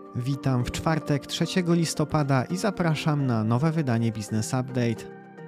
Witam w czwartek 3 listopada i zapraszam na nowe wydanie Business Update.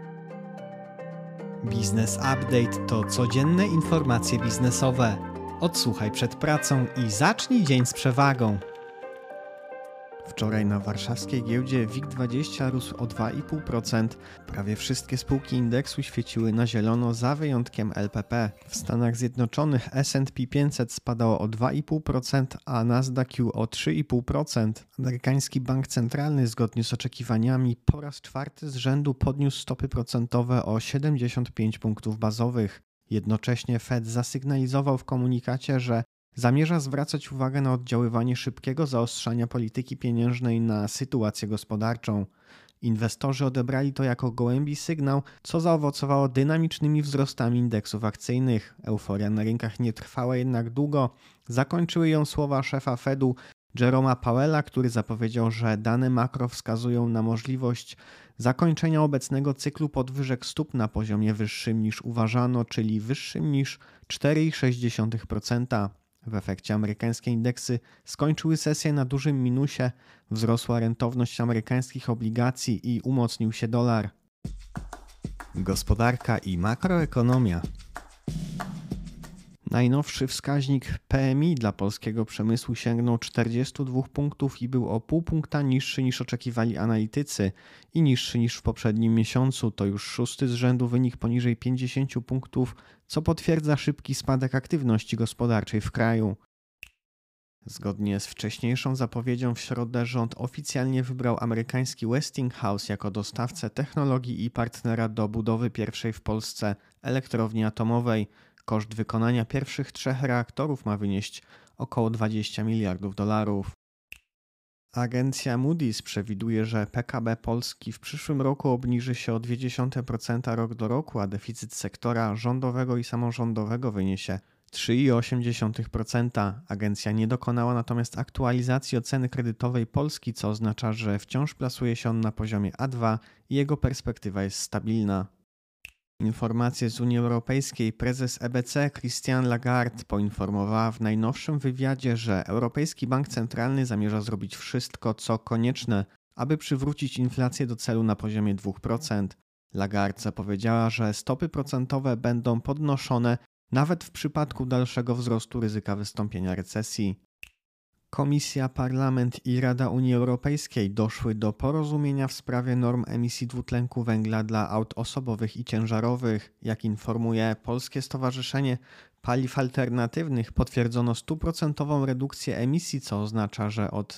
Business Update to codzienne informacje biznesowe. Odsłuchaj przed pracą i zacznij dzień z przewagą. Wczoraj na warszawskiej giełdzie WIG20 rósł o 2,5%. Prawie wszystkie spółki indeksu świeciły na zielono za wyjątkiem LPP. W Stanach Zjednoczonych S&P 500 spadało o 2,5%, a Nasdaq o 3,5%. Amerykański bank centralny zgodnie z oczekiwaniami po raz czwarty z rzędu podniósł stopy procentowe o 75 punktów bazowych. Jednocześnie Fed zasygnalizował w komunikacie, że zamierza zwracać uwagę na oddziaływanie szybkiego zaostrzania polityki pieniężnej na sytuację gospodarczą. Inwestorzy odebrali to jako gołębi sygnał, co zaowocowało dynamicznymi wzrostami indeksów akcyjnych. Euforia na rynkach nie trwała jednak długo. Zakończyły ją słowa szefa Fedu Jeroma Powella, który zapowiedział, że dane makro wskazują na możliwość zakończenia obecnego cyklu podwyżek stóp na poziomie wyższym niż uważano, czyli wyższym niż 4,6%. W efekcie amerykańskie indeksy skończyły sesję na dużym minusie, wzrosła rentowność amerykańskich obligacji i umocnił się dolar. Gospodarka i makroekonomia. Najnowszy wskaźnik PMI dla polskiego przemysłu sięgnął 42 punktów i był o pół punkta niższy niż oczekiwali analitycy i niższy niż w poprzednim miesiącu. To już szósty z rzędu wynik poniżej 50 punktów, co potwierdza szybki spadek aktywności gospodarczej w kraju. Zgodnie z wcześniejszą zapowiedzią w środę rząd oficjalnie wybrał amerykański Westinghouse jako dostawcę technologii i partnera do budowy pierwszej w Polsce elektrowni atomowej. Koszt wykonania pierwszych 3 reaktorów ma wynieść około 20 miliardów dolarów. Agencja Moody's przewiduje, że PKB Polski w przyszłym roku obniży się o 0,2% rok do roku, a deficyt sektora rządowego i samorządowego wyniesie 3,8%. Agencja nie dokonała natomiast aktualizacji oceny kredytowej Polski, co oznacza, że wciąż plasuje się on na poziomie A2 i jego perspektywa jest stabilna. Informacje z Unii Europejskiej. Prezes EBC Christine Lagarde poinformowała w najnowszym wywiadzie, że Europejski Bank Centralny zamierza zrobić wszystko, co konieczne, aby przywrócić inflację do celu na poziomie 2%. Lagarde zapowiedziała, że stopy procentowe będą podnoszone nawet w przypadku dalszego wzrostu ryzyka wystąpienia recesji. Komisja, Parlament i Rada Unii Europejskiej doszły do porozumienia w sprawie norm emisji dwutlenku węgla dla aut osobowych i ciężarowych. Jak informuje Polskie Stowarzyszenie Paliw Alternatywnych, potwierdzono 100% redukcję emisji, co oznacza, że od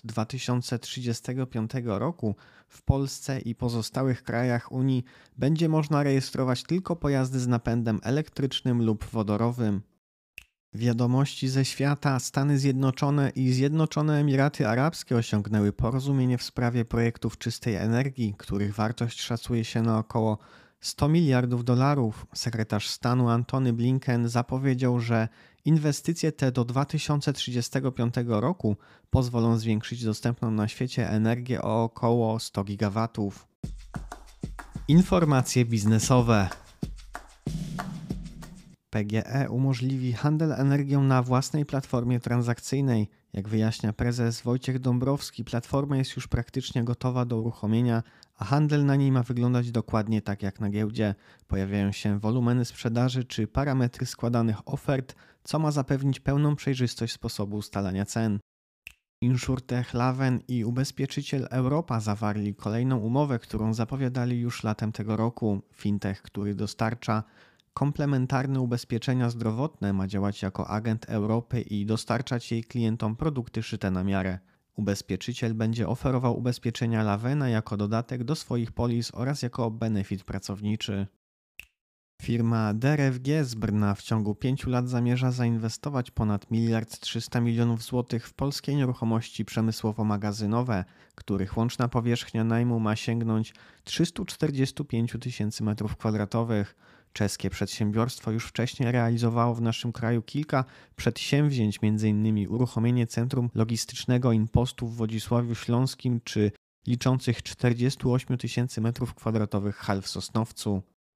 2035 roku w Polsce i pozostałych krajach Unii będzie można rejestrować tylko pojazdy z napędem elektrycznym lub wodorowym. Wiadomości ze świata. Stany Zjednoczone i Zjednoczone Emiraty Arabskie osiągnęły porozumienie w sprawie projektów czystej energii, których wartość szacuje się na około 100 miliardów dolarów. Sekretarz stanu Antony Blinken zapowiedział, że inwestycje te do 2035 roku pozwolą zwiększyć dostępną na świecie energię o około 100 gigawatów. Informacje biznesowe. PGE umożliwi handel energią na własnej platformie transakcyjnej. Jak wyjaśnia prezes Wojciech Dąbrowski, platforma jest już praktycznie gotowa do uruchomienia, a handel na niej ma wyglądać dokładnie tak jak na giełdzie. Pojawiają się wolumeny sprzedaży czy parametry składanych ofert, co ma zapewnić pełną przejrzystość sposobu ustalania cen. InsurTech, Laven i ubezpieczyciel Europa zawarli kolejną umowę, którą zapowiadali już latem tego roku. Fintech, który dostarcza komplementarne ubezpieczenia zdrowotne, ma działać jako agent Europy i dostarczać jej klientom produkty szyte na miarę. Ubezpieczyciel będzie oferował ubezpieczenia Lavena jako dodatek do swoich polis oraz jako benefit pracowniczy. Firma DRFG z Brna w ciągu 5 lat zamierza zainwestować ponad 1,3 mld złotych w polskie nieruchomości przemysłowo-magazynowe, których łączna powierzchnia najmu ma sięgnąć 345 tysięcy m2. Czeskie przedsiębiorstwo już wcześniej realizowało w naszym kraju kilka przedsięwzięć, m.in. uruchomienie centrum logistycznego Inpostu w Wodzisławiu Śląskim czy liczących 48 tysięcy m2 hal w Sosnowcu.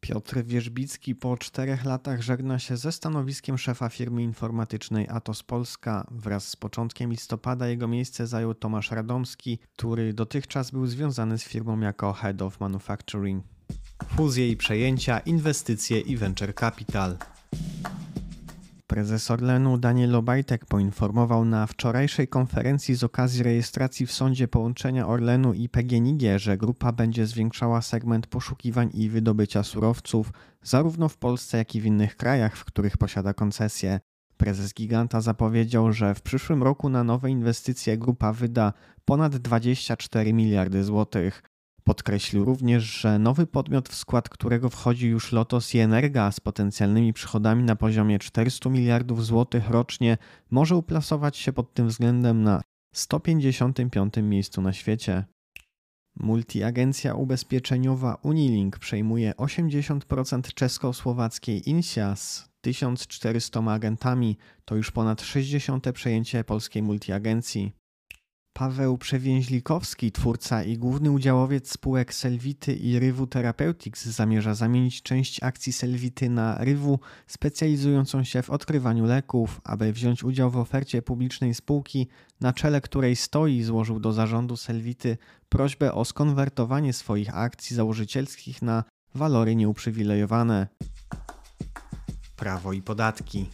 Piotr Wierzbicki po 4 latach żegna się ze stanowiskiem szefa firmy informatycznej Atos Polska. Wraz z początkiem listopada jego miejsce zajął Tomasz Radomski, który dotychczas był związany z firmą jako Head of Manufacturing. Fuzje i przejęcia, inwestycje i venture capital. Prezes Orlenu Daniel Obajtek poinformował na wczorajszej konferencji z okazji rejestracji w sądzie połączenia Orlenu i PGNiG, że grupa będzie zwiększała segment poszukiwań i wydobycia surowców zarówno w Polsce, jak i w innych krajach, w których posiada koncesje. Prezes giganta zapowiedział, że w przyszłym roku na nowe inwestycje grupa wyda ponad 24 miliardy złotych. Podkreślił również, że nowy podmiot, w skład którego wchodzi już Lotos i Energa z potencjalnymi przychodami na poziomie 400 miliardów złotych rocznie, może uplasować się pod tym względem na 155. miejscu na świecie. Multiagencja ubezpieczeniowa Unilink przejmuje 80% czesko-słowackiej Insia z 1400 agentami. To już ponad 60. przejęcie polskiej multiagencji. Paweł Przewięźlikowski, twórca i główny udziałowiec spółek Selwity i Rywu Therapeutics, zamierza zamienić część akcji Selwity na Rywu, specjalizującą się w odkrywaniu leków. Aby wziąć udział w ofercie publicznej spółki, na czele której stoi, złożył do zarządu Selwity prośbę o skonwertowanie swoich akcji założycielskich na walory nieuprzywilejowane. Prawo i podatki.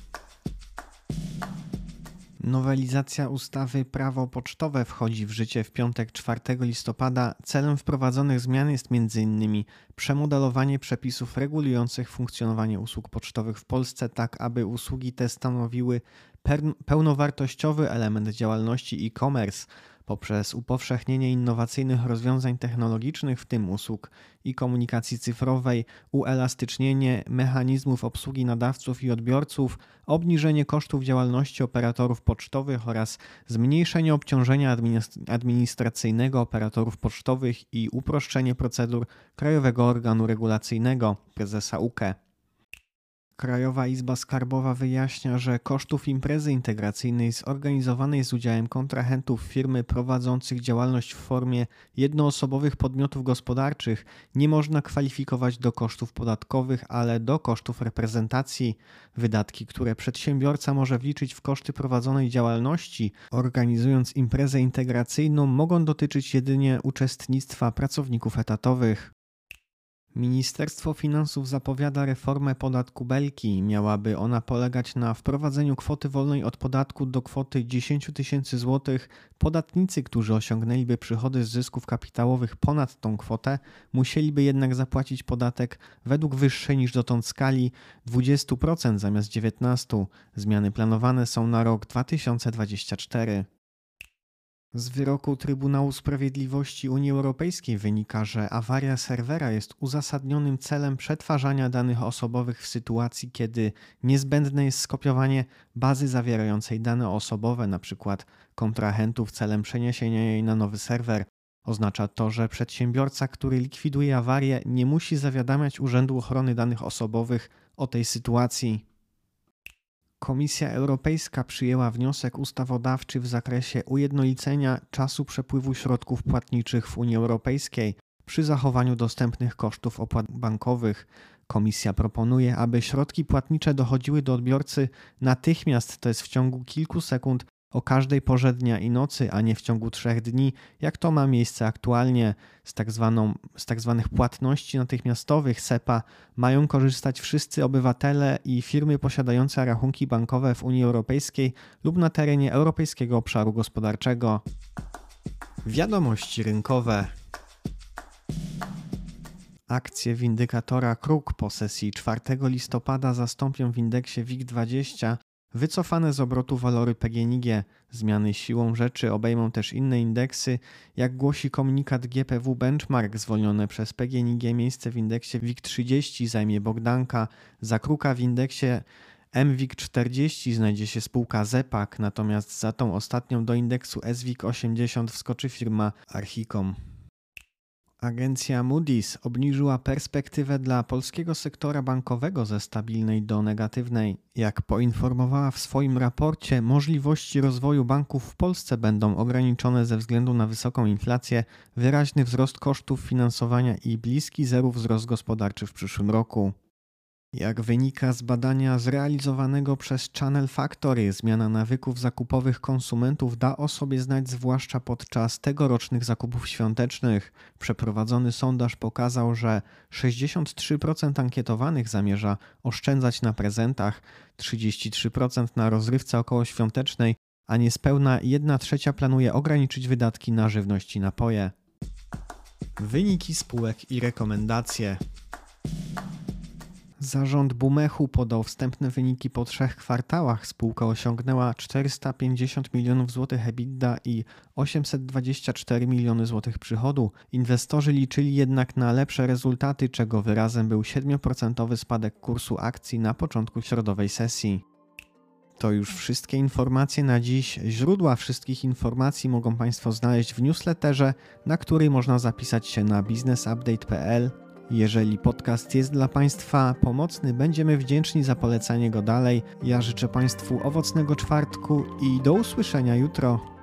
Nowelizacja ustawy Prawo pocztowe wchodzi w życie w piątek 4 listopada. Celem wprowadzonych zmian jest m.in. przemodelowanie przepisów regulujących funkcjonowanie usług pocztowych w Polsce tak, aby usługi te stanowiły pełnowartościowy element działalności e-commerce poprzez upowszechnienie innowacyjnych rozwiązań technologicznych, w tym usług i komunikacji cyfrowej, uelastycznienie mechanizmów obsługi nadawców i odbiorców, obniżenie kosztów działalności operatorów pocztowych oraz zmniejszenie obciążenia administracyjnego operatorów pocztowych i uproszczenie procedur Krajowego Organu Regulacyjnego, prezesa UKE. Krajowa Izba Skarbowa wyjaśnia, że kosztów imprezy integracyjnej zorganizowanej z udziałem kontrahentów firmy prowadzących działalność w formie jednoosobowych podmiotów gospodarczych nie można kwalifikować do kosztów podatkowych, ale do kosztów reprezentacji. Wydatki, które przedsiębiorca może wliczyć w koszty prowadzonej działalności, organizując imprezę integracyjną, mogą dotyczyć jedynie uczestnictwa pracowników etatowych. Ministerstwo Finansów zapowiada reformę podatku Belki. Miałaby ona polegać na wprowadzeniu kwoty wolnej od podatku do kwoty 10 tysięcy złotych. Podatnicy, którzy osiągnęliby przychody z zysków kapitałowych ponad tą kwotę, musieliby jednak zapłacić podatek według wyższej niż dotąd skali 20% zamiast 19%. Zmiany planowane są na rok 2024. Z wyroku Trybunału Sprawiedliwości Unii Europejskiej wynika, że awaria serwera jest uzasadnionym celem przetwarzania danych osobowych w sytuacji, kiedy niezbędne jest skopiowanie bazy zawierającej dane osobowe, np. kontrahentów, celem przeniesienia jej na nowy serwer. Oznacza to, że przedsiębiorca, który likwiduje awarię, nie musi zawiadamiać Urzędu Ochrony Danych Osobowych o tej sytuacji. Komisja Europejska przyjęła wniosek ustawodawczy w zakresie ujednolicenia czasu przepływu środków płatniczych w Unii Europejskiej przy zachowaniu dostępnych kosztów opłat bankowych. Komisja proponuje, aby środki płatnicze dochodziły do odbiorcy natychmiast, to jest w ciągu kilku sekund o każdej porze dnia i nocy, a nie w ciągu 3 dni, jak to ma miejsce aktualnie. Z tak zwanych płatności natychmiastowych SEPA mają korzystać wszyscy obywatele i firmy posiadające rachunki bankowe w Unii Europejskiej lub na terenie Europejskiego Obszaru Gospodarczego. Wiadomości rynkowe. Akcje windykatora KRUK po sesji 4 listopada zastąpią w indeksie WIG20 wycofane z obrotu walory PGNiG. Zmiany siłą rzeczy obejmą też inne indeksy. Jak głosi komunikat GPW Benchmark, zwolnione przez PGNiG miejsce w indeksie WIG30 zajmie Bogdanka. Za KRUKa w indeksie MWIG40 znajdzie się spółka ZEPAK, natomiast za tą ostatnią do indeksu SWIG80 wskoczy firma Archicom. Agencja Moody's obniżyła perspektywę dla polskiego sektora bankowego ze stabilnej do negatywnej. Jak poinformowała w swoim raporcie, możliwości rozwoju banków w Polsce będą ograniczone ze względu na wysoką inflację, wyraźny wzrost kosztów finansowania i bliski zeru wzrost gospodarczy w przyszłym roku. Jak wynika z badania zrealizowanego przez Channel Factory, zmiana nawyków zakupowych konsumentów da o sobie znać zwłaszcza podczas tegorocznych zakupów świątecznych. Przeprowadzony sondaż pokazał, że 63% ankietowanych zamierza oszczędzać na prezentach, 33% na rozrywce okołoświątecznej, a niespełna 1/3 planuje ograniczyć wydatki na żywność i napoje. Wyniki spółek i rekomendacje. Zarząd Bumechu podał wstępne wyniki po 3 kwartałach. Spółka osiągnęła 450 milionów złotych EBITDA i 824 miliony złotych przychodu. Inwestorzy liczyli jednak na lepsze rezultaty, czego wyrazem był 7% spadek kursu akcji na początku środowej sesji. To już wszystkie informacje na dziś. Źródła wszystkich informacji mogą Państwo znaleźć w newsletterze, na który można zapisać się na biznesupdate.pl. Jeżeli podcast jest dla Państwa pomocny, będziemy wdzięczni za polecanie go dalej. Ja życzę Państwu owocnego czwartku i do usłyszenia jutro.